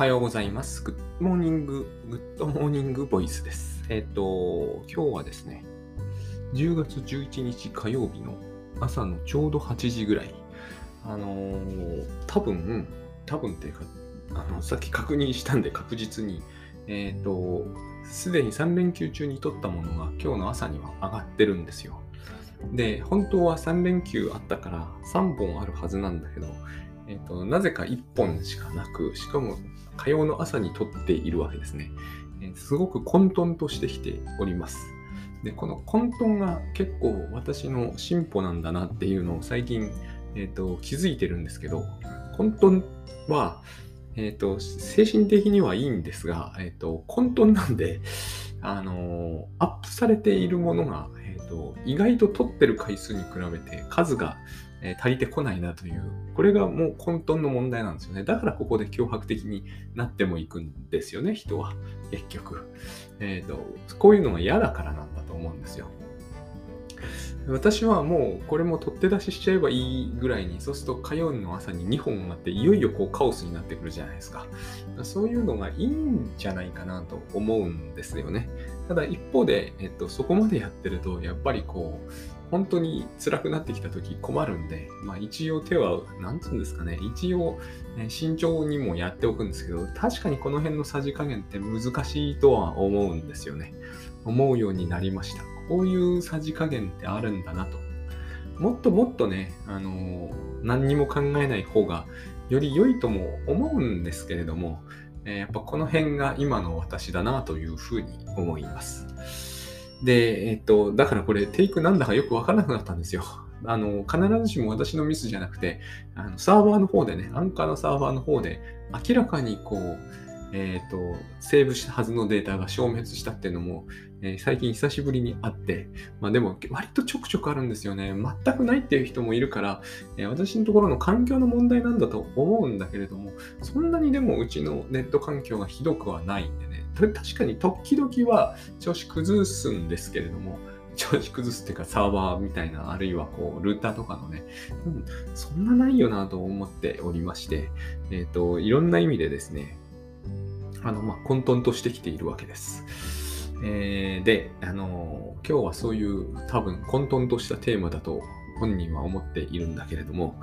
はようございます。グッドモーニングボイスです。今日はですね、10月11日火曜日の朝のちょうど8時ぐらい。多分っていうか、さっき確認したんで確実に、すでに3連休中に撮ったものが今日の朝には上がってるんですよ。で、本当は3連休あったから3本あるはずなんだけど、なぜか1本しかなく、しかも火曜の朝に撮っているわけですね。すごく混沌としてきております。で、この混沌が結構私の進歩なんだなっていうのを最近、気づいてるんですけど、混沌は、精神的にはいいんですが、混沌なんで、アップされているものが、意外と撮ってる回数に比べて数が足りてこないなという、これがもう混沌の問題なんですよね。だからここで脅迫的になってもいくんですよね、人は。結局。こういうのが嫌だからなんだと思うんですよ。私はもうこれも取って出ししちゃえばいいぐらいに、そうすると火曜の朝に2本あって、いよいよこうカオスになってくるじゃないですか。そういうのがいいんじゃないかなと思うんですよね。ただ一方で、そこまでやってると、やっぱりこう、本当に辛くなってきた時困るんで、一応手は、なんつうんですかね、一応、慎重にもやっておくんですけど、確かにこの辺のさじ加減って難しいとは思うんですよね。思うようになりました。こういうさじ加減ってあるんだなと。もっともっとね、何にも考えない方がより良いとも思うんですけれども、やっぱこの辺が今の私だなというふうに思います。で、だからこれテイクなんだかよくわからなくなったんですよ。必ずしも私のミスじゃなくて、サーバーの方でね、アンカーのサーバーの方で明らかにこう、セーブしたはずのデータが消滅したっていうのも、最近久しぶりにあって、でも割とちょくちょくあるんですよね。全くないっていう人もいるから、私のところの環境の問題なんだと思うんだけれども、そんなにでもうちのネット環境がひどくはないんでね。確かに時々は調子崩すんですけれども、調子崩すっていうかサーバーみたいな、あるいはこうルーターとかのね、そんなないよなと思っておりまして、いろんな意味でですね、混沌としてきているわけです。で、今日はそういう多分混沌としたテーマだと本人は思っているんだけれども、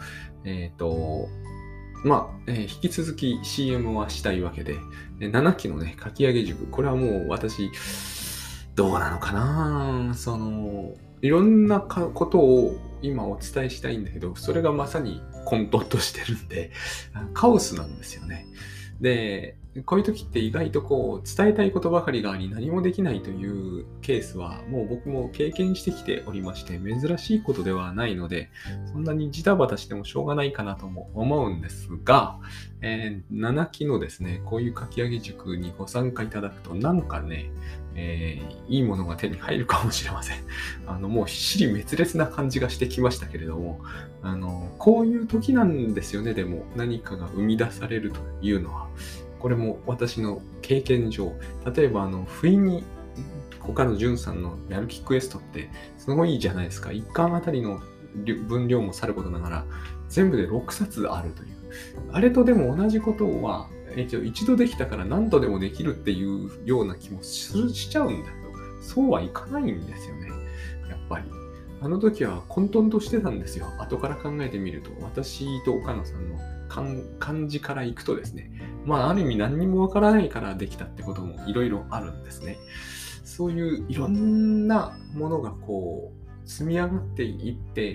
引き続き CM はしたいわけで、7期のね、書き上げ塾、これはもう私、どうなのかな、いろんなことを今お伝えしたいんだけど、それがまさに混沌としてるんで、カオスなんですよね。で、こういう時って意外とこう伝えたいことばかりがあり何もできないというケースはもう僕も経験してきておりまして、珍しいことではないので、そんなにジタバタしてもしょうがないかなとも思うんですが、7期のですね、こういう書き上げ塾にご参加いただくとなんかね、いいものが手に入るかもしれません。もう支離滅裂な感じがしてきましたけれども、こういう時なんですよね。でも何かが生み出されるというのは。これも私の経験上、例えば不意に他のジュンさんのやる気クエストってすごいいいじゃないですか。1巻あたりの分量もさることながら全部で6冊あるという。あれとでも同じことは一度できたから何度でもできるっていうような気もしちゃうんだけど、そうはいかないんですよね。やっぱり。あの時は混沌としてたんですよ。後から考えてみると、私と岡野さんの感じからいくとですね、ある意味何にもわからないからできたってこともいろいろあるんですね。そういういろんなものがこう積み上がっていって、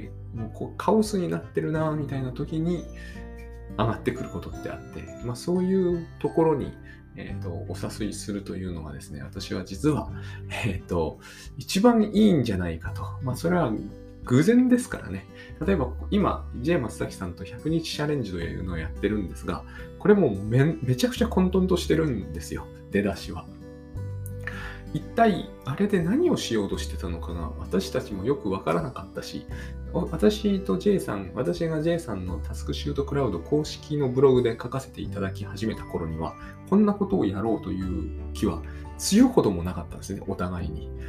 もうこうカオスになってるなみたいな時に上がってくることってあって、そういうところに、お誘いするというのはですね、私は実は、一番いいんじゃないかと。それは偶然ですからね。例えば今、J 松崎さんと100日チャレンジというのをやってるんですが、これもめちゃくちゃ混沌としてるんですよ、出だしは。一体あれで何をしようとしてたのかが私たちもよくわからなかったし、私が J さんのタスクシュートクラウド公式のブログで書かせていただき始めた頃には、こんなことをやろうという気は強いほどもなかったんですね、お互いに。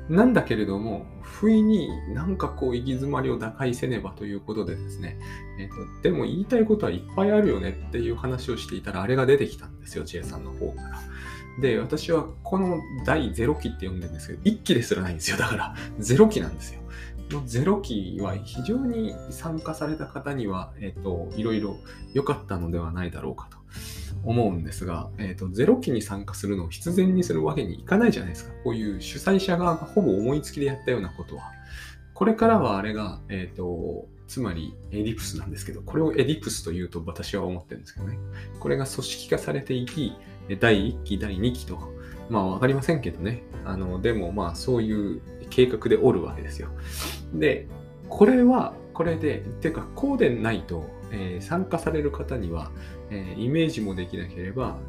なんだけれども、不意になんかこう行き詰まりを打開せねばということでですね、でも言いたいことはいっぱいあるよねっていう話をしていたら、あれが出てきたんですよ、千恵さんの方から。で、私はこの第0期って呼んでるんですけど、1期ですらないんですよ。だから0期なんですよ。この0期は非常に参加された方には、いろいろ良かったのではないだろうかと思うんですが、0期に参加するのを必然にするわけにいかないじゃないですか。こういう主催者側がほぼ思いつきでやったようなことは。これからはあれが、つまりエディプスなんですけど、これをエディプスというと私は思ってるんですけどね。これが組織化されていき、第1期、第2期と、まあわかりませんけどね。でもまあそういう計画でおるわけですよ。で、これはこれで、てかこうでないと、参加される方には、イメージもできなければ、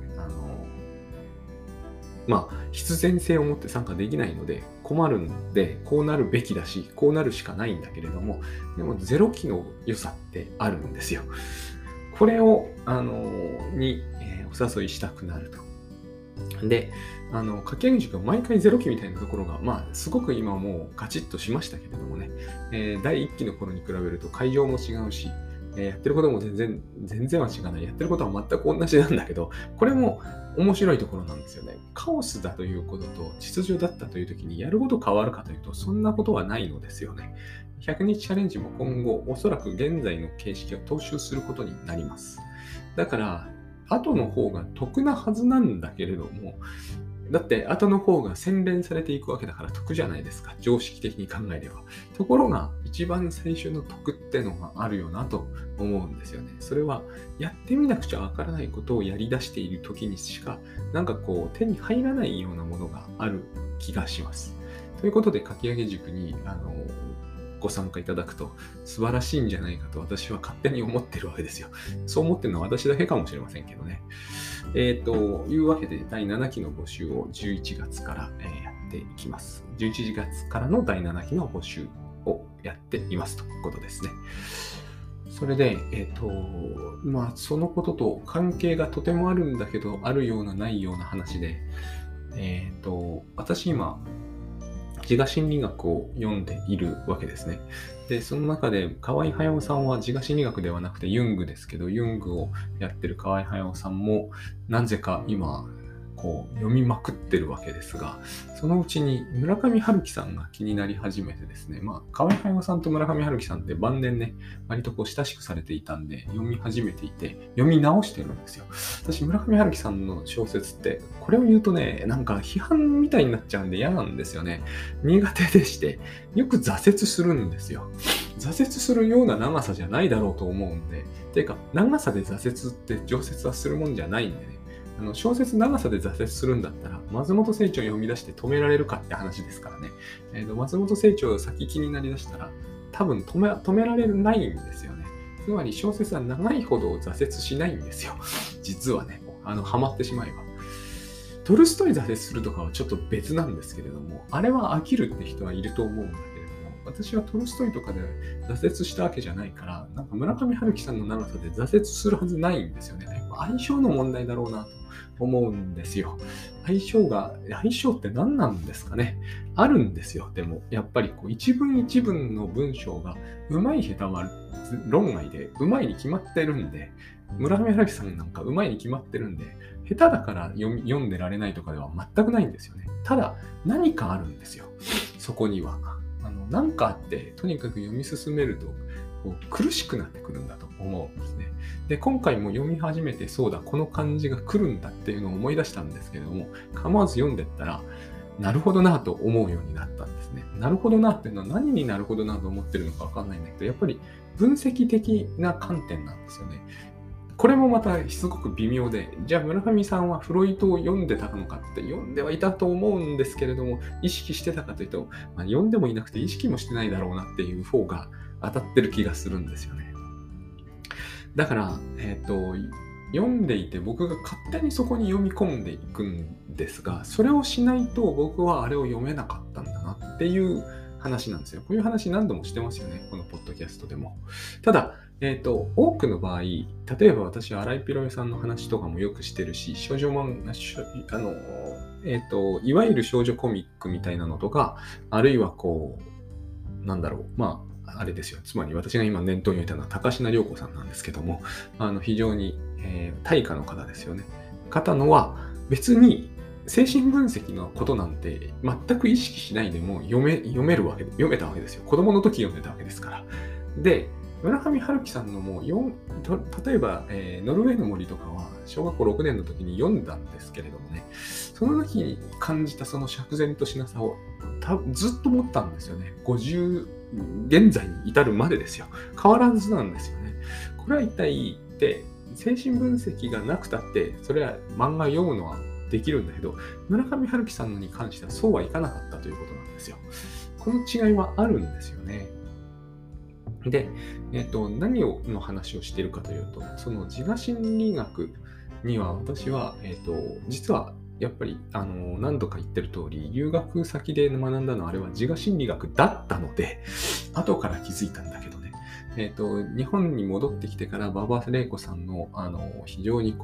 まあ、必然性を持って参加できないので困るんで、こうなるべきだし、こうなるしかないんだけれども、でもゼロ期の良さってあるんですよ。これを、お誘いしたくなると。で、かき上げ塾は毎回ゼロ期みたいなところが、まあ、すごく今もうガチッとしましたけれどもね、第1期の頃に比べると会場も違うし、やってることも全然は違わない。やってることは全く同じなんだけど、これも面白いところなんですよね。カオスだということと秩序だったという時にやること変わるかというと、そんなことはないのですよね。100日チャレンジも今後、おそらく現在の形式を踏襲することになります。だから、後の方が得なはずなんだけれども、だって後の方が洗練されていくわけだから得じゃないですか。常識的に考えれば。ところが一番最初の得ってのがあるよなと思うんですよね。それはやってみなくちゃわからないことをやり出している時にしかなんかこう手に入らないようなものがある気がします。ということでかき上げ塾にご参加いただくと素晴らしいんじゃないかと私は勝手に思ってるわけですよ。そう思ってるのは私だけかもしれませんけどね。いうわけで第7期の募集を11月から、やっていきます。11月からの第7期の募集をやっていますということですね。それで、まあ、そのことと関係がとてもあるんだけど、あるようなないような話で、私今、自我心理学を読んでいるわけですね。で、その中で河合隼さんは自我心理学ではなくてユングですけど、ユングをやってる河合隼さんもなぜか今こう読みまくってるわけですが、そのうちに村上春樹さんが気になり始めてですね、まあ河合隼さんと村上春樹さんって晩年ね、割とこう親しくされていたんで読み始めていて、読み直してるんですよ。私村上春樹さんの小説ってこれを言うとね、なんか批判みたいになっちゃうんで嫌なんですよね。苦手でして、よく挫折するんですよ。挫折するような長さじゃないだろうと思うんで、てか長さで挫折って常設はするもんじゃないんでね。小説長さで挫折するんだったら、松本清張を読み出して止められるかって話ですからね。松本清張を先気になりだしたら、多分止められないんですよね。つまり小説は長いほど挫折しないんですよ。実はね、ハマってしまえば。トルストイ挫折するとかはちょっと別なんですけれども、あれは飽きるって人はいると思うんだけれども、私はトルストイとかで挫折したわけじゃないから、なんか村上春樹さんの長さで挫折するはずないんですよね。相性の問題だろうなと思うんですよ。相性って何なんですかね。あるんですよ。でも、やっぱりこう一文一文の文章が上手い下手は論外で、上手いに決まってるんで、村上春樹さんなんか上手いに決まってるんで、下手だから読んでられないとかでは全くないんですよね。ただ、何かあるんですよ。そこには。何かあって、とにかく読み進めると、こう苦しくなってくるんだと思うんですね。で、今回も読み始めて、そうだ、この感じが来るんだっていうのを思い出したんですけれども、構わず読んでったら、なるほどなと思うようになったんですね。なるほどなっていうのは何になるほどなと思ってるのかわかんないんだけど、やっぱり分析的な観点なんですよね。これもまたすごく微妙で、じゃあ村上さんはフロイトを読んでたのかって読んではいたと思うんですけれども、意識してたかというと、読んでもいなくて意識もしてないだろうなっていう方が当たってる気がするんですよね。だから、読んでいて僕が勝手にそこに読み込んでいくんですが、それをしないと僕はあれを読めなかったんだなっていう話なんですよ。こういう話何度もしてますよね。このポッドキャストでも。ただ、多くの場合、例えば私は荒井ピロエさんの話とかもよくしてるし、少女漫画、 いわゆる少女コミックみたいなのとか、あるいはあれですよ。つまり私が今念頭に置いたのは高階涼子さんなんですけども、非常に、大家の方ですよね。方のは別に精神分析のことなんて全く意識しないでも読めたわけですよ。子供の時読んでたわけですから。で、村上春樹さんのもう例えば、ノルウェーの森とかは小学校6年の時に読んだんですけれどもね、その時に感じたその釈然としなさをずっと持ったんですよね。現在に至るまでですよ。変わらずなんですよね。これは一体で、精神分析がなくたって、それは漫画読むのはできるんだけど、村上春樹さんのに関してはそうはいかなかったということなんですよ。この違いはあるんですよね。で、何の話をしているかというと、その自我心理学には私は、実はやっぱり何度か言ってる通り、留学先で学んだのはあれは自我心理学だったので、後から気づいたんだけどね。日本に戻ってきてから馬場玲子さんの非常に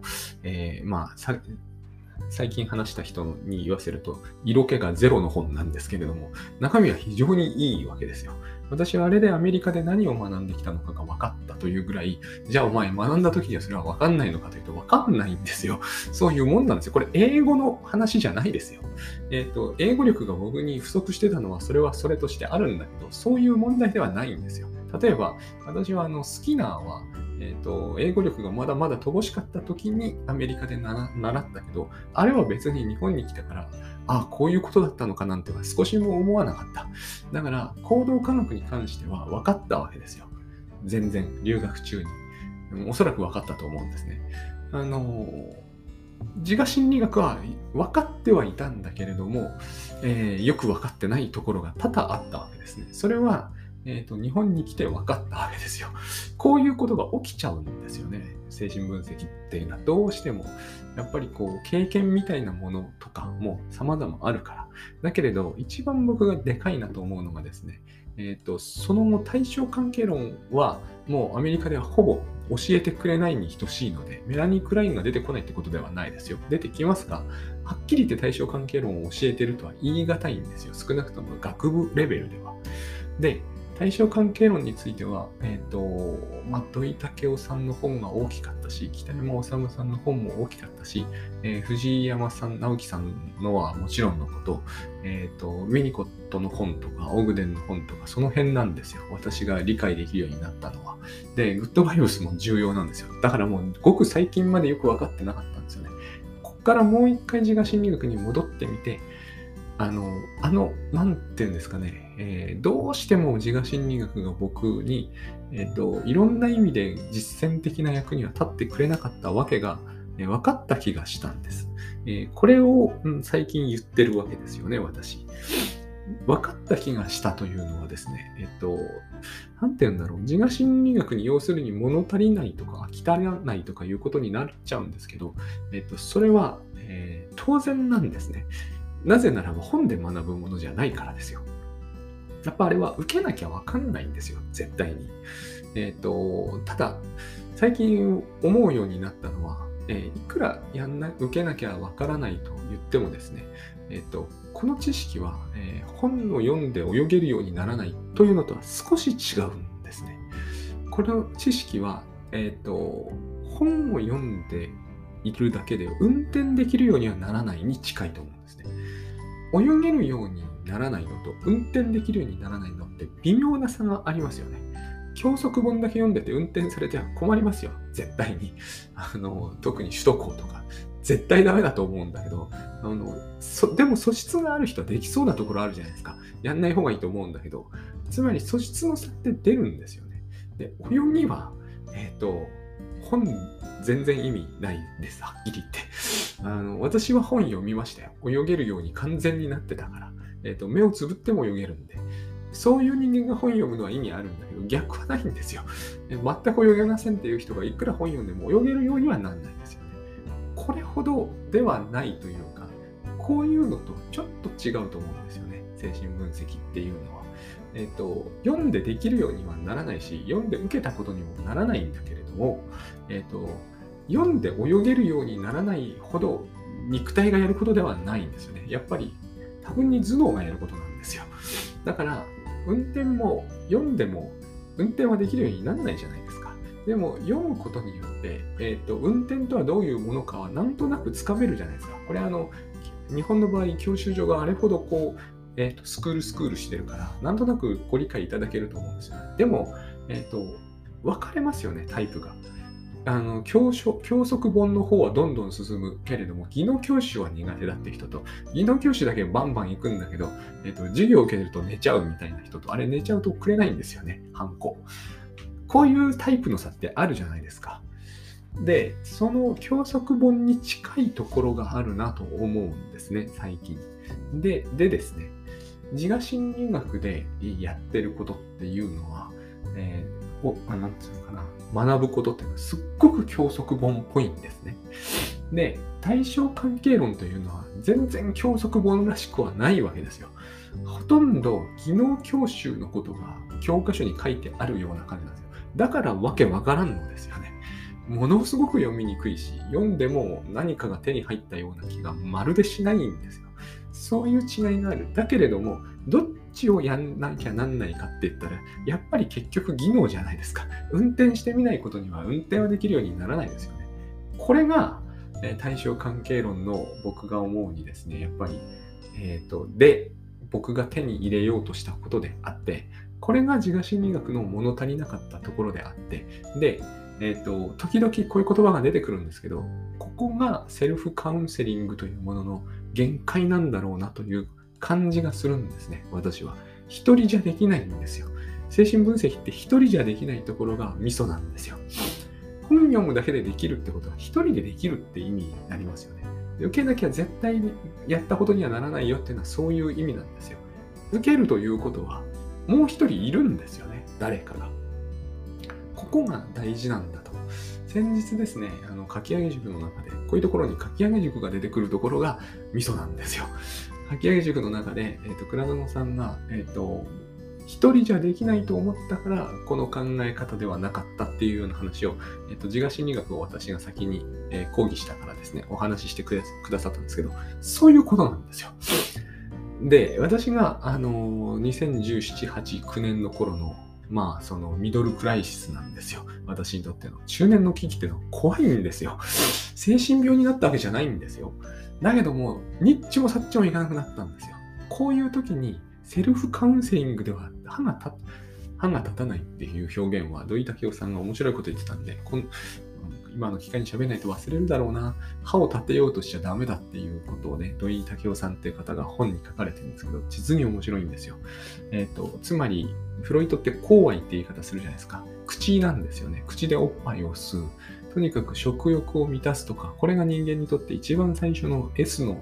最近話した人に言わせると色気がゼロの本なんですけれども、中身は非常にいいわけですよ。私はあれでアメリカで何を学んできたのかが分かったというぐらい、じゃあお前学んだ時にはそれは分かんないのかというと分かんないんですよ。そういうもんなんですよ。これ英語の話じゃないですよ。英語力が僕に不足してたのはそれはそれとしてあるんだけど、そういう問題ではないんですよ。例えば私はスキナーは英語力がまだまだ乏しかった時にアメリカで習ったけど、あれは別に日本に来たから、こういうことだったのかなんては少しも思わなかった。だから行動科学に関しては分かったわけですよ。全然留学中に。おそらく分かったと思うんですね。自我心理学は分かってはいたんだけれども、よく分かってないところが多々あったわけですね。それは日本に来て分かったわけですよ。こういうことが起きちゃうんですよね。精神分析っていうのはどうしてもやっぱり経験みたいなものとかも様々あるから。だけれど一番僕がでかいなと思うのがですね、その後対象関係論はもうアメリカではほぼ教えてくれないに等しいので、メラニー・クラインが出てこないってことではないですよ。出てきますが、はっきり言って対象関係論を教えてるとは言い難いんですよ。少なくとも学部レベルでは。で、対象関係論については、土井武雄さんの本が大きかったし、北山治さんの本も大きかったし、藤井山さん、直樹さんのはもちろんのこと、ウィニコットの本とか、オグデンの本とか、その辺なんですよ。私が理解できるようになったのは。で、グッドバイブスも重要なんですよ。だからもう、ごく最近までよく分かってなかったんですよね。こっからもう一回自我心理学に戻ってみて、なんていうんですかね、どうしても自我心理学が僕に、いろんな意味で実践的な役には立ってくれなかったわけが、分かった気がしたんです。これを、最近言ってるわけですよね、私。分かった気がしたというのはですね、なんていうんだろう、自我心理学に要するに物足りないとか飽き足らないとかいうことになっちゃうんですけど、それは、当然なんですね。なぜならば本で学ぶものじゃないからですよ。やっぱあれは受けなきゃわかんないんですよ、絶対に。ただ、最近思うようになったのは、いくら受けなきゃわからないと言ってもですね、この知識は、本を読んで泳げるようにならないというのとは少し違うんですね。この知識は、本を読んでいるだけで運転できるようにはならないに近いと思うんですね。泳げるようにならないのと運転できるようにならないのって微妙な差がありますよね。教則本だけ読んでて運転されては困りますよ。絶対に。特に首都高とか。絶対ダメだと思うんだけど、でも素質がある人はできそうなところあるじゃないですか。やんない方がいいと思うんだけど、つまり素質の差って出るんですよね。で、泳ぎは、本全然意味ないです。はっきり言って。私は本読みましたよ。泳げるように完全になってたから。目をつぶっても泳げるんで。そういう人間が本読むのは意味あるんだけど、逆はないんですよ。全く泳げませんっていう人がいくら本読んでも泳げるようにはなんないんですよね。これほどではないというか、こういうのとちょっと違うと思うんですよね。精神分析っていうのは。読んでできるようにはならないし、読んで受けたことにもならないんだけれども、読んで泳げるようにならないほど肉体がやることではないんですよね。やっぱり多分に頭脳がやることなんですよ。だから運転も読んでも運転はできるようにならないじゃないですか。でも読むことによって、運転とはどういうものかはなんとなくつかめるじゃないですか。これ日本の場合教習所があれほどスクールしてるからなんとなくご理解いただけると思うんですよね。でも、分かれますよね、タイプが。教則本の方はどんどん進むけれども、技能教習は苦手だって人と、技能教習だけバンバン行くんだけど、授業を受けると寝ちゃうみたいな人と、あれ寝ちゃうとくれないんですよね、ハンコ。こういうタイプの差ってあるじゃないですか。で、その教則本に近いところがあるなと思うんですね、最近。でですね、自我心理学でやってることっていうのは、なんていうのかな、学ぶことっていうのはすっごく教則本っぽいんですね。で、対象関係論というのは全然教則本らしくはないわけですよ。ほとんど技能教習のことが教科書に書いてあるような感じなんですよ。だからわけわからんのですよね。ものすごく読みにくいし、読んでも何かが手に入ったような気がまるでしないんですよ。そういう違いがある。だけれども、どっちをやんなきゃなんないかって言ったら、やっぱり結局技能じゃないですか。運転してみないことには運転はできるようにならないですよね。これが、対象関係論の僕が思うにですね、やっぱり、僕が手に入れようとしたことであって、これが自我心理学の物足りなかったところであって、で、時々こういう言葉が出てくるんですけど、ここがセルフカウンセリングというものの限界なんだろうなという感じがするんですね、私は。一人じゃできないんですよ。精神分析って一人じゃできないところがミソなんですよ。本読むだけでできるってことは一人でできるって意味になりますよね。受けなきゃ絶対にやったことにはならないよっていうのはそういう意味なんですよ。受けるということはもう一人いるんですよね、誰かが。ここが大事なんだと。先日ですね、かき上げ塾の中で、こういうところにかき上げ塾が出てくるところがミソなんですよ。かき上げ塾の中で、倉野さんが、一人じゃできないと思ったから、この考え方ではなかったっていうような話を、自我心理学を私が先に、講義したからですね、お話ししてくださったんですけど、そういうことなんですよ。で、私が、2017、8、9年の頃のそのミドルクライシスなんですよ。私にとっての。中年の危機っていうのは怖いんですよ。精神病になったわけじゃないんですよ。だけども、ニッチもサッチもいかなくなったんですよ。こういう時に、セルフカウンセリングでは歯が立たないっていう表現は、土井武雄さんが面白いこと言ってたんで、今の機会に喋らないと忘れるだろうな。歯を立てようとしちゃダメだっていうことをね、土井武雄さんっていう方が本に書かれてるんですけど、実に面白いんですよ。つまり、フロイトって口愛って言い方するじゃないですか。口なんですよね。口でおっぱいを吸う。とにかく食欲を満たすとか、これが人間にとって一番最初の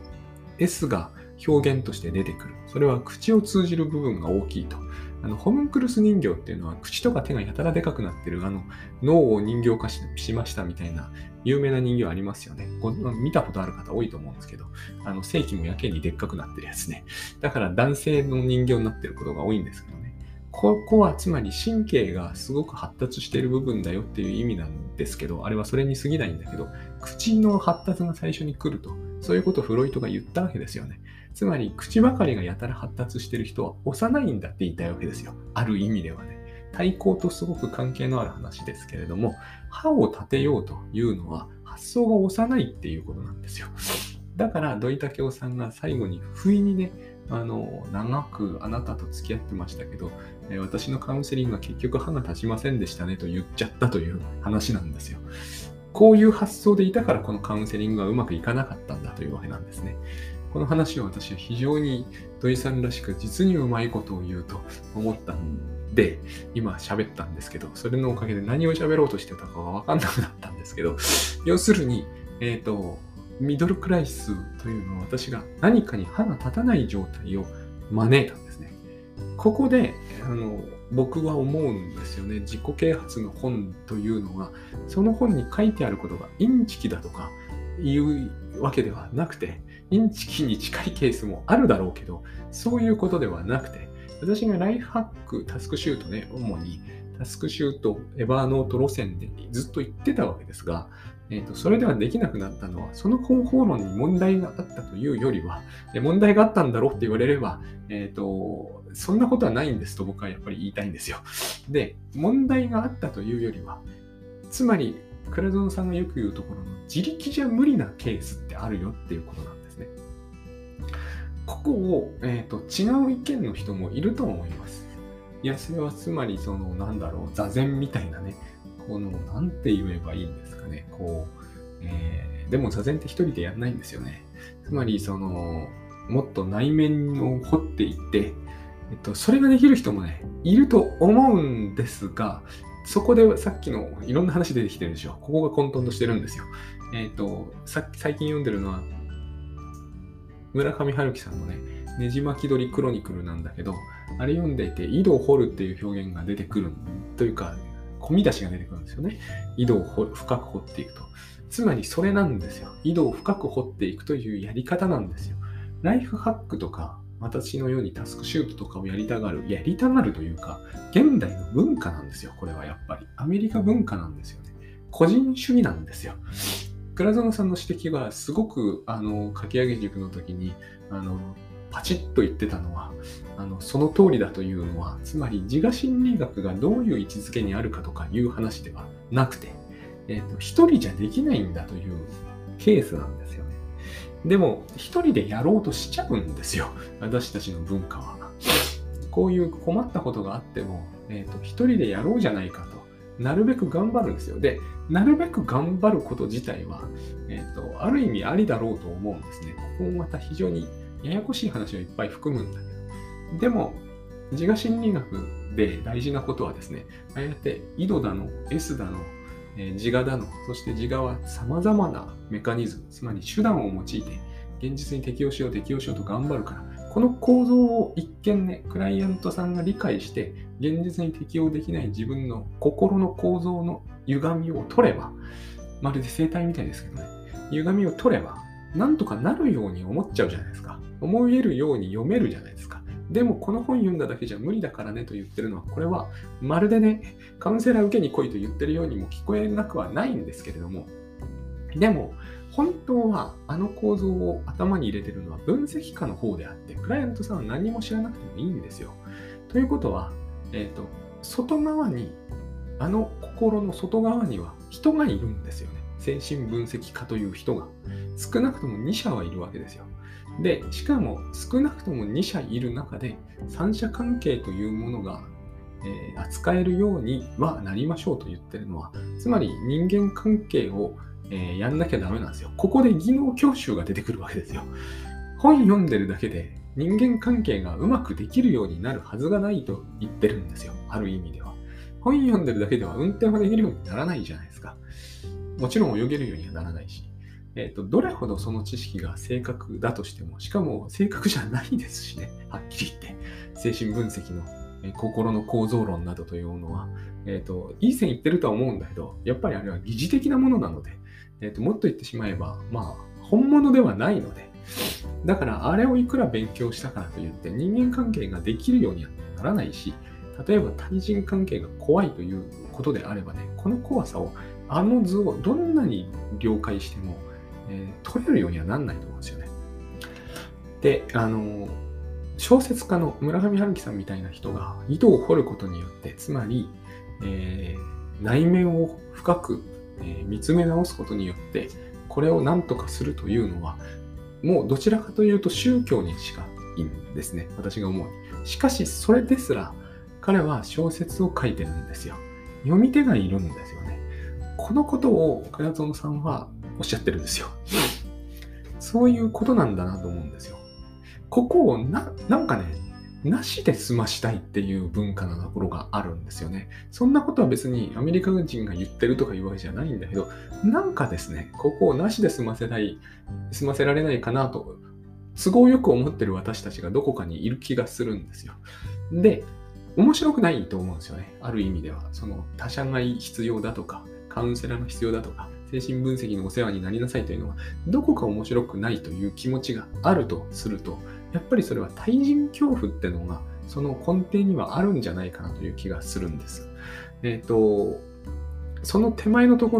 S が表現として出てくる。それは口を通じる部分が大きいと。ホムンクルス人形っていうのは口とか手がやたらでかくなってる脳を人形化しましたみたいな有名な人形ありますよね。見たことある方多いと思うんですけど、性器もやけにでっかくなってるやつね。だから男性の人形になってることが多いんですけどね。ここはつまり神経がすごく発達している部分だよっていう意味なんですけど、あれはそれに過ぎないんだけど、口の発達が最初に来ると、そういうことをフロイトが言ったわけですよね。つまり、口ばかりがやたら発達している人は幼いんだって言いたいわけですよ。ある意味ではね。対抗とすごく関係のある話ですけれども、歯を立てようというのは発想が幼いっていうことなんですよ。だから、土井武雄さんが最後に不意にね、長くあなたと付き合ってましたけど、私のカウンセリングは結局歯が立ちませんでしたねと言っちゃったという話なんですよ。こういう発想でいたからこのカウンセリングがうまくいかなかったんだというわけなんですね。この話を私は非常に土井さんらしく実にうまいことを言うと思ったんで、今喋ったんですけど、それのおかげで何を喋ろうとしてたかが分かんなくなったんですけど、要するに、ミドルクライシスというのは私が何かに歯が立たない状態を招いたんですね。ここで僕は思うんですよね。自己啓発の本というのが、その本に書いてあることがインチキだとかいうわけではなくて、インチキに近いケースもあるだろうけど、そういうことではなくて、私がライフハック、タスクシュートね、主にタスクシュート、エバーノート路線でずっと言ってたわけですが、 それではできなくなったのは、その方法論に問題があったというよりは、問題があったんだろうって言われれば、そんなことはないんですと僕はやっぱり言いたいんですよ。で、問題があったというよりは、つまり、倉園さんがよく言うところの自力じゃ無理なケースってあるよっていうことなんですね。ここを、違う意見の人もいると思います。いや、それはつまり、座禅みたいなね、なんて言えばいいんですかね。でも座禅って一人でやんないんですよね。つまり、もっと内面を掘っていって、それができる人もね、いると思うんですが、そこでさっきのいろんな話出てきてるでしょ。ここが混沌としてるんですよ。最近読んでるのは、村上春樹さんのね、ねじ巻き鳥クロニクルなんだけど、あれ読んでいて、井戸を掘るっていう表現が出てくるというか、込み出しが出てくるんですよね。井戸を深く掘っていくと。つまりそれなんですよ。井戸を深く掘っていくというやり方なんですよ。ライフハックとか、私のようにタスクシュートとかをやりたがるというか、現代の文化なんですよ。これはやっぱり。アメリカ文化なんですよね。個人主義なんですよ。倉園さんの指摘はすごく、かき上げ塾の時に、パチッと言ってたのは、その通りだというのは、つまり自我心理学がどういう位置づけにあるかとかいう話ではなくて、一人じゃできないんだというケースなんですよね。でも、一人でやろうとしちゃうんですよ。私たちの文化は。こういう困ったことがあっても、一人でやろうじゃないかと。なるべく頑張るんですよ。で、なるべく頑張ること自体は、ある意味ありだろうと思うんですね。ここもまた非常にややこしい話をいっぱい含むんだけど。でも、自我心理学で大事なことはですね、ああやって井戸だの、S だの、自我だの、そして自我は様々なメカニズム、つまり手段を用いて、現実に適応しようと頑張るから、この構造を一見ね、クライアントさんが理解して、現実に適応できない自分の心の構造の歪みを取れば、まるで生体みたいですけどね、歪みを取れば、なんとかなるように思っちゃうじゃないですか。思えるように読めるじゃないですか。でも、この本読んだだけじゃ無理だからねと言ってるのは、これはまるでね、カウンセラー受けに来いと言ってるようにも聞こえなくはないんですけれども、でも、本当はあの構造を頭に入れてるのは分析家の方であって、クライアントさんは何も知らなくてもいいんですよ。ということは、外側に、あの心の外側には人がいるんですよね。精神分析家という人が。少なくとも2社はいるわけですよ。で、しかも少なくとも2社いる中で三者関係というものが、扱えるようにはなりましょうと言ってるのは、つまり人間関係をやんなきゃダメなんですよ。ここで技能教習が出てくるわけですよ。本読んでるだけで人間関係がうまくできるようになるはずがないと言ってるんですよ。ある意味では。本読んでるだけでは運転はできるようにならないじゃないですか。もちろん泳げるようにはならないし。どれほどその知識が正確だとしても、しかも正確じゃないですしね。はっきり言って。精神分析の心の構造論などというのは、いい線いってるとは思うんだけど、やっぱりあれは疑似的なものなので、もっと言ってしまえば、本物ではないので、だからあれをいくら勉強したからといって人間関係ができるようにはならないし、例えば対人関係が怖いということであればね、この怖さを、あの図をどんなに了解しても、取れるようにはなんないと思うんですよね。で、小説家の村上春樹さんみたいな人が井戸を掘ることによって、つまり、内面を深く、見つめ直すことによって、これを何とかするというのは、もうどちらかというと宗教にしかいいんですね。私が思うに。しかし、それですら、彼は小説を書いてるんですよ。読み手がいるんですよね。このことを倉園さんはおっしゃってるんですよ。そういうことなんだなと思うんですよ。ここをなんかね、なしで済ましたいっていう文化なところがあるんですよね。そんなことは別にアメリカ人が言ってるとかいうわけじゃないんだけど、なんかですね、ここをなしで済ませられないかなと、都合よく思ってる私たちがどこかにいる気がするんですよ。で、面白くないと思うんですよね。ある意味では。その他者が必要だとか、カウンセラーが必要だとか、精神分析のお世話になりなさいというのは、どこか面白くないという気持ちがあるとすると、やっぱりそれは対人恐怖ってのが、その根底にはあるんじゃないかなという気がするんです。その手前のところに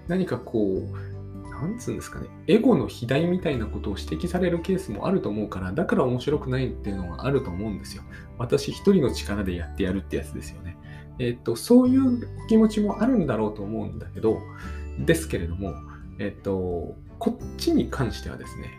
何かなんつうんですかね、エゴの肥大みたいなことを指摘されるケースもあると思うから、だから面白くないっていうのがあると思うんですよ。私一人の力でやってやるってやつですよね。そういう気持ちもあるんだろうと思うんだけど、ですけれども、こっちに関してはですね、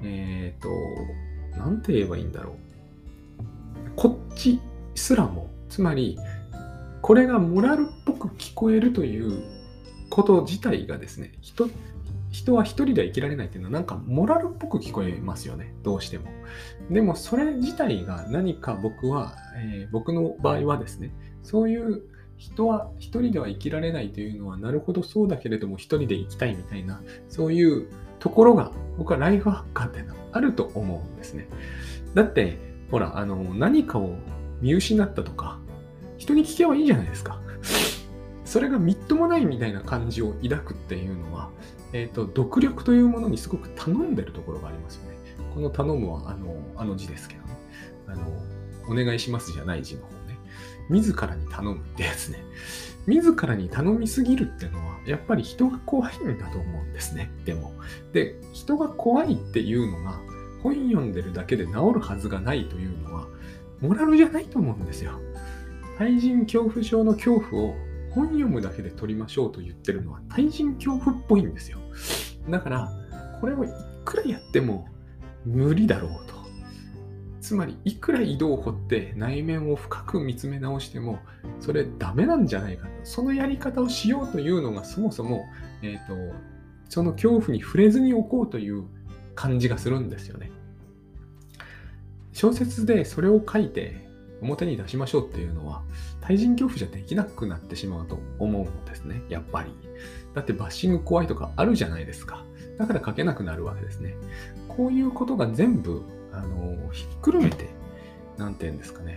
なんて言えばいいんだろう。こっちすらも、つまり、これがモラルっぽく聞こえるということ自体がですね、人は一人では生きられないっていうのはなんかモラルっぽく聞こえますよね、どうしても。でもそれ自体が何か僕の場合はですね、そういう人は一人では生きられないというのはなるほどそうだけれども一人で生きたいみたいな、そういうところが僕はライフハッカーっていうのはあると思うんですね。だって、ほら、何かを見失ったとか、人に聞けばいいじゃないですか。それがみっともないみたいな感じを抱くっていうのは、独力というものにすごく頼んでるところがありますよね。この頼むはあの字ですけどね。お願いしますじゃない字の方ね。自らに頼むってやつね。自らに頼みすぎるっていうのは、やっぱり人が怖いんだと思うんですね。で、人が怖いっていうのが、本読んでるだけで治るはずがないというのは、モラルじゃないと思うんですよ。対人恐怖症の恐怖を本読むだけで取りましょうと言ってるのは対人恐怖っぽいんですよ。だから、これをいくらやっても無理だろうと。つまり、いくら井戸を掘って内面を深く見つめ直しても、それダメなんじゃないかと。そのやり方をしようというのがそもそも、その恐怖に触れずにおこうという感じがするんですよね。小説でそれを書いて表に出しましょうっていうのは対人恐怖じゃできなくなってしまうと思うんですね、やっぱり。だってバッシング怖いとかあるじゃないですか。だから書けなくなるわけですね。こういうことが全部ひっくるめて、なんていうんですかね、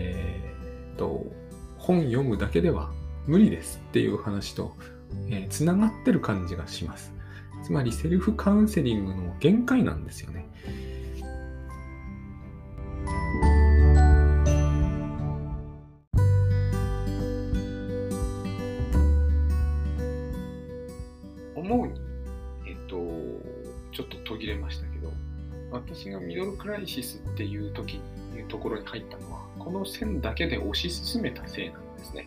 本読むだけでは無理ですっていう話と、つながってる感じがします。つまりセルフカウンセリングの限界なんですよね。思うに、ちょっと途切れましたけど、私がミドルクライシスっていうところに入ったのは、この線だけで推し進めたせいなんですね。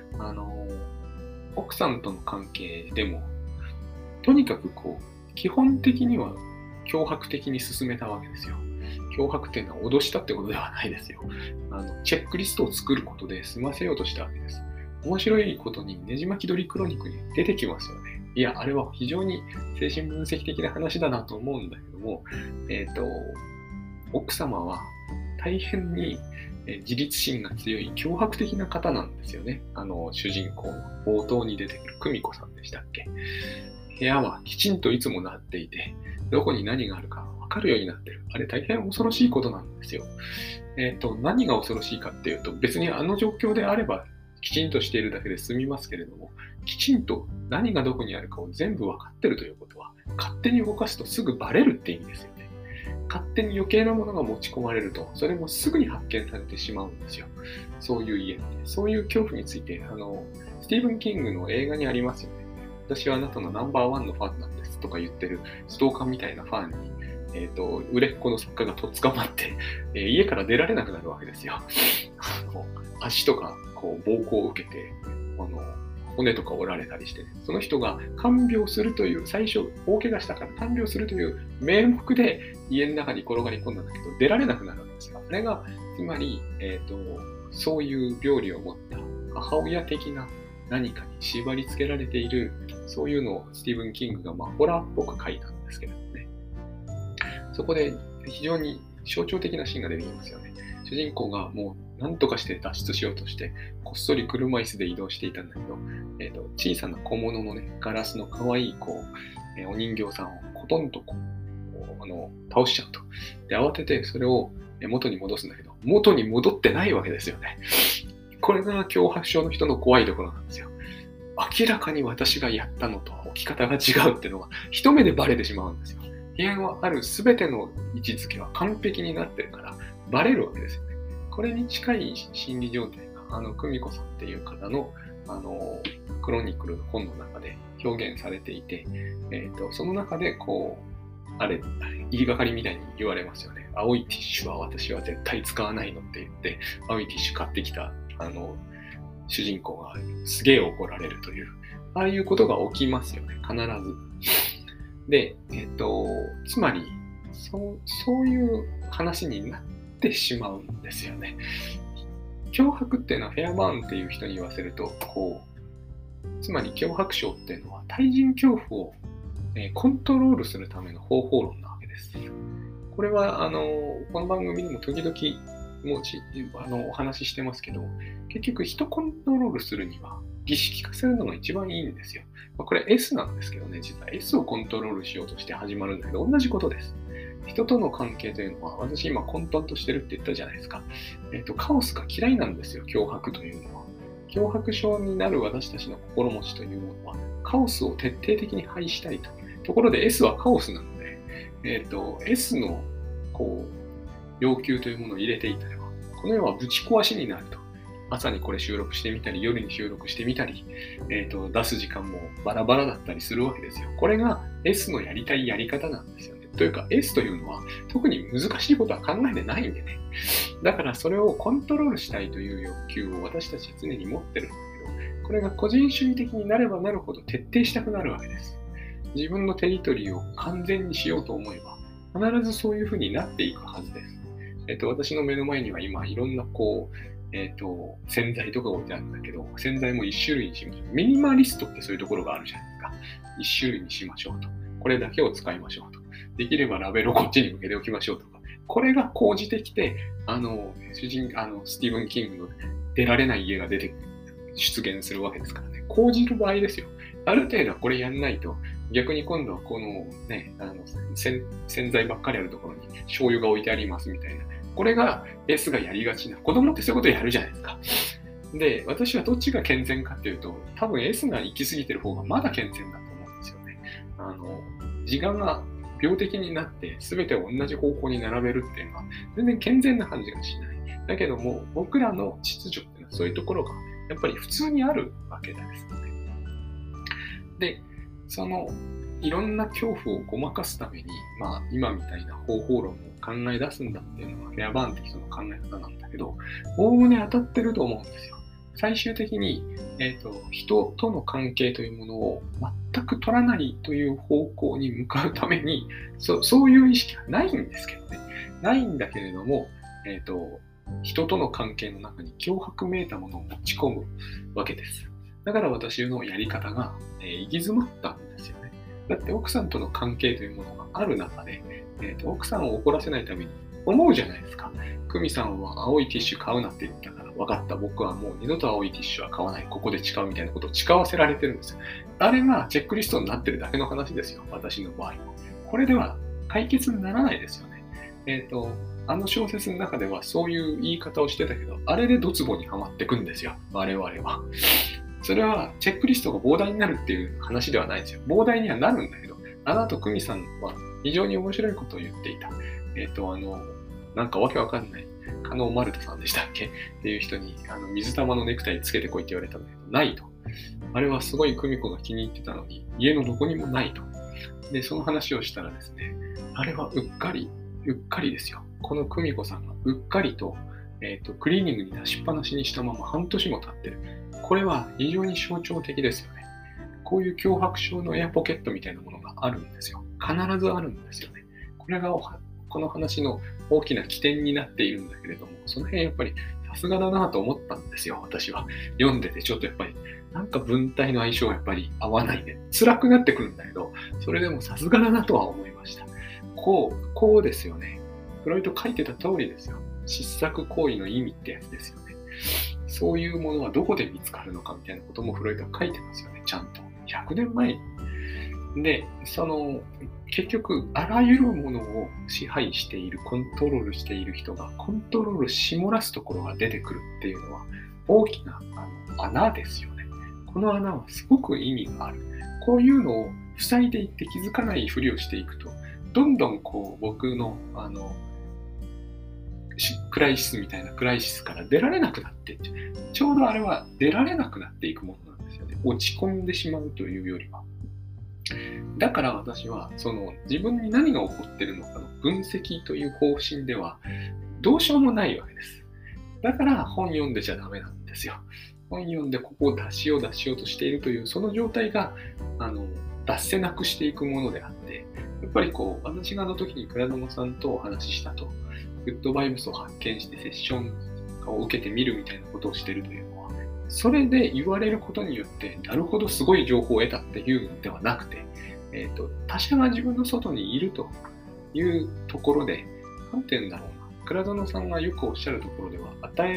奥さんとの関係でも、とにかく基本的には脅迫的に進めたわけですよ。脅迫っていうのは脅したってことではないですよ。チェックリストを作ることで済ませようとしたわけです。面白いことにねじ巻き鳥クロニクルに出てきますよね。いや、あれは非常に精神分析的な話だなと思うんだけども、奥様は大変に自立心が強い脅迫的な方なんですよね。主人公の冒頭に出てくる久美子さんでしたっけ。部屋はきちんといつもなっていて、どこに何があるか分かるようになってる。あれ大変恐ろしいことなんですよ。何が恐ろしいかっていうと、別にあの状況であればきちんとしているだけで済みますけれども、きちんと何がどこにあるかを全部分かってるということは、勝手に動かすとすぐバレるって意味ですよね。勝手に余計なものが持ち込まれると、それもすぐに発見されてしまうんですよ。そういう家って。そういう恐怖について、スティーブン・キングの映画にありますよね。私はあなたのナンバーワンのファンなんですとか言ってるストーカーみたいなファンに、売れっ子の作家がとっ捕まって、家から出られなくなるわけですよ。足とか暴行を受けて、骨とか折られたりして、その人が看病するという、最初大怪我したから看病するという名目で家の中に転がり込んだんだけど、出られなくなるわけですよ。あれが、つまり、そういう病理を持った母親的な何かに縛り付けられている、そういうのをスティーブン・キングがホラーっぽく書いたんですけれどもね。そこで非常に象徴的なシーンが出てきますよね。主人公がもう何とかして脱出しようとして、こっそり車椅子で移動していたんだけど、小さな小物のね、ガラスの可愛いお人形さんをコトンと倒しちゃうと。で、慌ててそれを元に戻すんだけど、元に戻ってないわけですよね。これが強迫症の人の怖いところなんですよ。明らかに私がやったのとは置き方が違うっていうのが一目でバレてしまうんですよ。部屋のある全ての位置づけは完璧になってるからバレるわけですよね。これに近い心理状態が久美子さんっていう方のクロニクルの本の中で表現されていて、その中で言いがかりみたいに言われますよね。青いティッシュは私は絶対使わないのって言って、青いティッシュ買ってきた、主人公がすげえ怒られるという、ああいうことが起きますよね、必ず。で、つまりそういう話になってしまうんですよね。脅迫っていうのはフェアバーンっていう人に言わせると、つまり脅迫症っていうのは対人恐怖をコントロールするための方法論なわけです。これはこの番組にも時々お話ししてますけど、結局人コントロールするには儀式化するのが一番いいんですよ。これ S なんですけどね、実は S をコントロールしようとして始まるんだけど、同じことです。人との関係というのは、私今混沌としてるって言ったじゃないですか。カオスが嫌いなんですよ、脅迫というのは。脅迫症になる私たちの心持ちというものは、カオスを徹底的に排したいと。ところで S はカオスなので、S の要求というものを入れていたら、この世はぶち壊しになると。朝にこれ収録してみたり、夜に収録してみたり、出す時間もバラバラだったりするわけですよ。これが S のやりたいやり方なんですよね。というか S というのは特に難しいことは考えてないんでね。だからそれをコントロールしたいという欲求を私たちは常に持ってるんだけど、これが個人主義的になればなるほど徹底したくなるわけです。自分のテリトリーを完全にしようと思えば、必ずそういうふうになっていくはずです。私の目の前には今いろんな洗剤とか置いてあるんだけど、洗剤も1種類にしましょう。ミニマリストってそういうところがあるじゃないですか。1種類にしましょうと。これだけを使いましょうと。できればラベルをこっちに向けておきましょうとか。これが講じてきて、スティーブン・キングの出られない家が出現するわけですからね。講じる場合ですよ。ある程度はこれやんないと、逆に今度はこのね、洗剤ばっかりあるところに醤油が置いてありますみたいな。これが S がやりがちな。子供ってそういうことやるじゃないですか。で、私はどっちが健全かっていうと、多分 S が行き過ぎてる方がまだ健全だと思うんですよね。自我が病的になって全てを同じ方向に並べるっていうのは全然健全な感じがしない。だけども、僕らの秩序っていうのはそういうところがやっぱり普通にあるわけですので。で、いろんな恐怖をごまかすために、今みたいな方法論を考え出すんだっていうのがフェアバーンって人の考え方なんだけど、おおむね当たってると思うんですよ。最終的に、人との関係というものを全く取らないという方向に向かうために、そういう意識はないんですけどね。ないんだけれども、人との関係の中に脅迫めいたものを持ち込むわけです。だから私のやり方が、行き詰まったんですよね。だって奥さんとの関係というものがある中で、奥さんを怒らせないために思うじゃないですか。久美さんは青いティッシュ買うなって言ったから、分かった、僕はもう二度と青いティッシュは買わない、ここで誓うみたいなことを誓わせられてるんですよ。あれがチェックリストになってるだけの話ですよ、私の場合は。これでは解決にならないですよね。あの小説の中ではそういう言い方をしてたけど、あれでドツボにはまってくんですよ、我々は。それはチェックリストが膨大になるっていう話ではないですよ。膨大にはなるんだけど、あの後久美さんは非常に面白いことを言っていた。なんかわけわかんない、加納丸太さんでしたっけっていう人に、水玉のネクタイつけてこいって言われたんだけど、ないと。あれはすごい久美子が気に入ってたのに、家のどこにもないと。で、その話をしたらですね、あれはうっかりですよ。この久美子さんがうっかりと、クリーニングに出しっぱなしにしたまま半年も経ってる。これは非常に象徴的ですよね。こういう脅迫症のエアポケットみたいなものがあるんですよ。必ずあるんですよね。これがこの話の大きな起点になっているんだけれども、その辺やっぱりさすがだなと思ったんですよ、私は。読んでてちょっとやっぱり、なんか文体の相性はやっぱり合わないね。辛くなってくるんだけど、それでもさすがだなとは思いました。こうですよね。フロイト書いてた通りですよ。失策行為の意味ってやつですよね。そういうものはどこで見つかるのかみたいなこともフロイトは書いてますよね、ちゃんと。100年前に。で、結局、あらゆるものを支配している、コントロールしている人が、コントロールし漏らすところが出てくるっていうのは、大きな穴ですよね。この穴はすごく意味がある。こういうのを塞いでいって気づかないふりをしていくと、どんどん僕の、クライシスみたいなクライシスから出られなくなっていっちゃう。ちょうどあれは出られなくなっていくものなんですよね。 落ち込んでしまうというよりは、だから私は自分に何が起こっているのかの分析という方針ではどうしようもないわけです。だから本読んでちゃダメなんですよ。本読んでここを出しようとしているというその状態が脱せなくしていくものであって、やっぱり私があの時に倉園さんとお話ししたと、グッドバイブスを発見してセッションを受けてみるみたいなことをしているというのは、それで言われることによってなるほどすごい情報を得たっていうのではなくて、他者が自分の外にいるというところで、なんて言うんだろうな、倉園さんがよくおっしゃるところでは、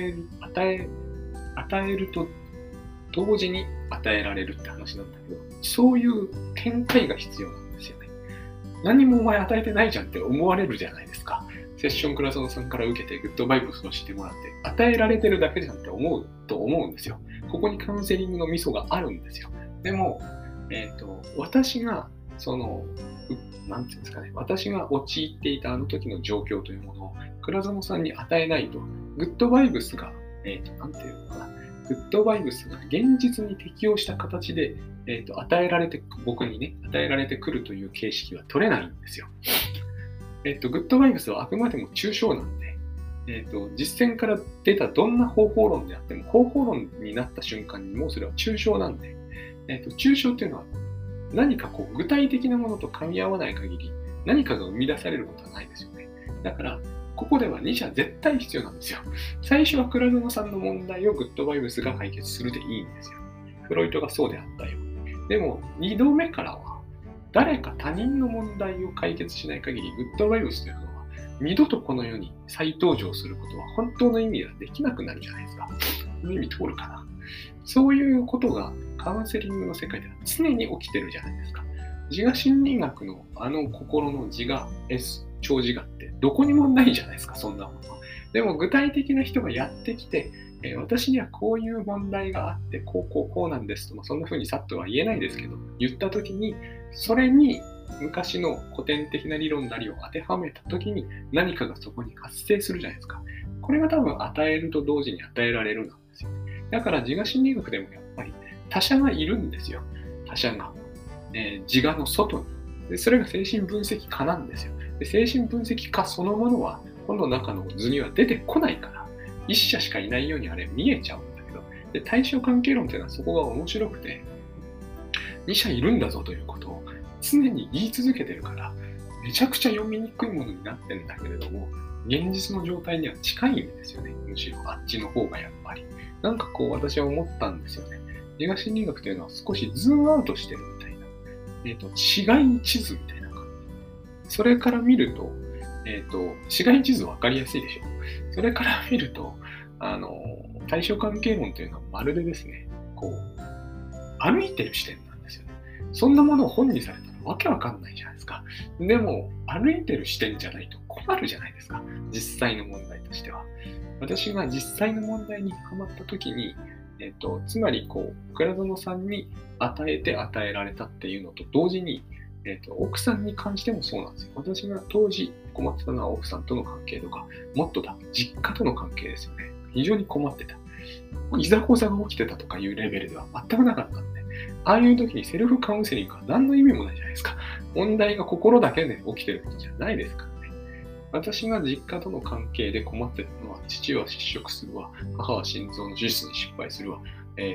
与えると同時に与えられるって話なんだけど、そういう展開が必要なんですよね。何もお前与えてないじゃんって思われるじゃないですか。セッション倉園さんから受けてグッドバイブスをしてもらって、与えられてるだけじゃんって思うんですよ。ここにカウンセリングのミソがあるんですよ。でも、私がなんていうんですかね、私が陥っていたあの時の状況というものを倉園さんに与えないと、グッドバイブスが、なんていうのかな、グッドバイブスが現実に適応した形で、僕にね、与えられてくるという形式は取れないんですよ。グッドバイブスはあくまでも抽象なんで、実践から出たどんな方法論であっても、方法論になった瞬間にもうそれは抽象なんで、抽象っていうのは何か具体的なものと噛み合わない限り何かが生み出されることはないですよね。だからここでは2者絶対必要なんですよ。最初は倉園さんの問題をグッドバイブスが解決するでいいんですよ。フロイトがそうであったよ。でも2度目からは誰か他人の問題を解決しない限りグッドバイブスというのは二度とこの世に再登場することは本当の意味ではできなくなるじゃないですか。この意味通るかな。そういうことがカウンセリングの世界では常に起きてるじゃないですか。自我心理学の心の自我 S、超自我ってどこにもないじゃないですか、そんなものは。でも具体的な人がやってきて、私にはこういう問題があって、こうなんですと、そんな風にさっとは言えないですけど、言ったときに、それに昔の古典的な理論なりを当てはめたときに何かがそこに発生するじゃないですか。これが多分与えると同時に与えられるなんですよ。だから自我心理学でもやっぱり他者がいるんですよ。他者が、自我の外にで。それが精神分析家なんですよ。で精神分析家そのものは本の中の図には出てこないから、一社しかいないようにあれ見えちゃうんだけど、で対象関係論っていうのはそこが面白くて、二社いるんだぞということを常に言い続けてるから、めちゃくちゃ読みにくいものになってるんだけれども、現実の状態には近いんですよね。むしろあっちの方がやっぱり。なんか私は思ったんですよね。自我心理学というのは少しズームアウトしてるみたいな。市街地図みたいな感じ。それから見ると、市街地図わかりやすいでしょ。それから見ると、対象関係論というのはまるでですね、歩いてる視点なんですよね。そんなものを本にされたらわけわかんないじゃないですか。でも、歩いてる視点じゃないと困るじゃないですか。実際の問題としては。私が実際の問題にハマった時に、つまり倉園さんに与えて与えられたっていうのと同時に、奥さんに関してもそうなんですよ。私が当時困ってたのは奥さんとの関係とか、もっと実家との関係ですよね。非常に困ってた。いざこざが起きてたとかいうレベルでは全くなかったんで、ああいう時にセルフカウンセリングは何の意味もないじゃないですか。問題が心だけで起きてることじゃないですからね。私が実家との関係で困ってたのは、父は失職するわ、母は心臓の手術に失敗するわ、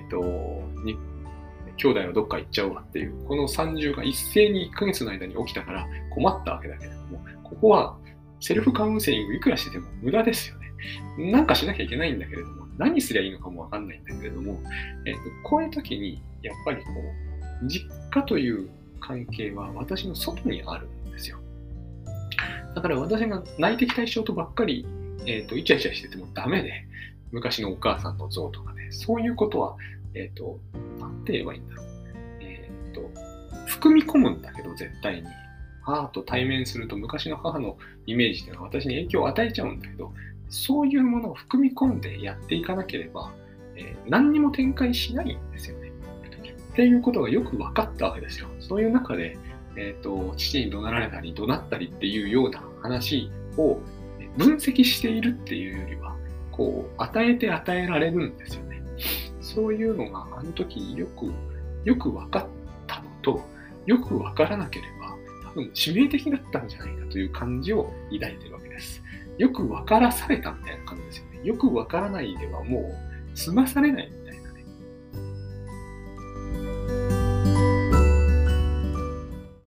兄弟はどっか行っちゃうわっていう、この三重が一斉に1ヶ月の間に起きたから困ったわけだけれども、ここはセルフカウンセリングいくらしてても無駄ですよね。なんかしなきゃいけないんだけれども、何すりゃいいのかもわかんないんだけれども、こういう時に、やっぱり実家という関係は私の外にあるんですよ。だから私が内的対象とばっかり、イチャイチャしててもダメで、昔のお母さんの像とかね、そういうことは、なんて言えばいいんだろう。含み込むんだけど、絶対に。母と対面すると昔の母のイメージっていうのは私に影響を与えちゃうんだけど、そういうものを含み込んでやっていかなければ、何にも展開しないんですよね。っていうことがよく分かったわけですよ。そういう中で、父に怒鳴られたり怒鳴ったりっていうような話を分析しているっていうよりは、与えて与えられるんですよね。そういうのがあの時よくよく分かったのと、よく分からなければ、多分致命的だったんじゃないかという感じを抱いているわけです。よく分からされたみたいな感じですよね。よく分からないではもう済まされない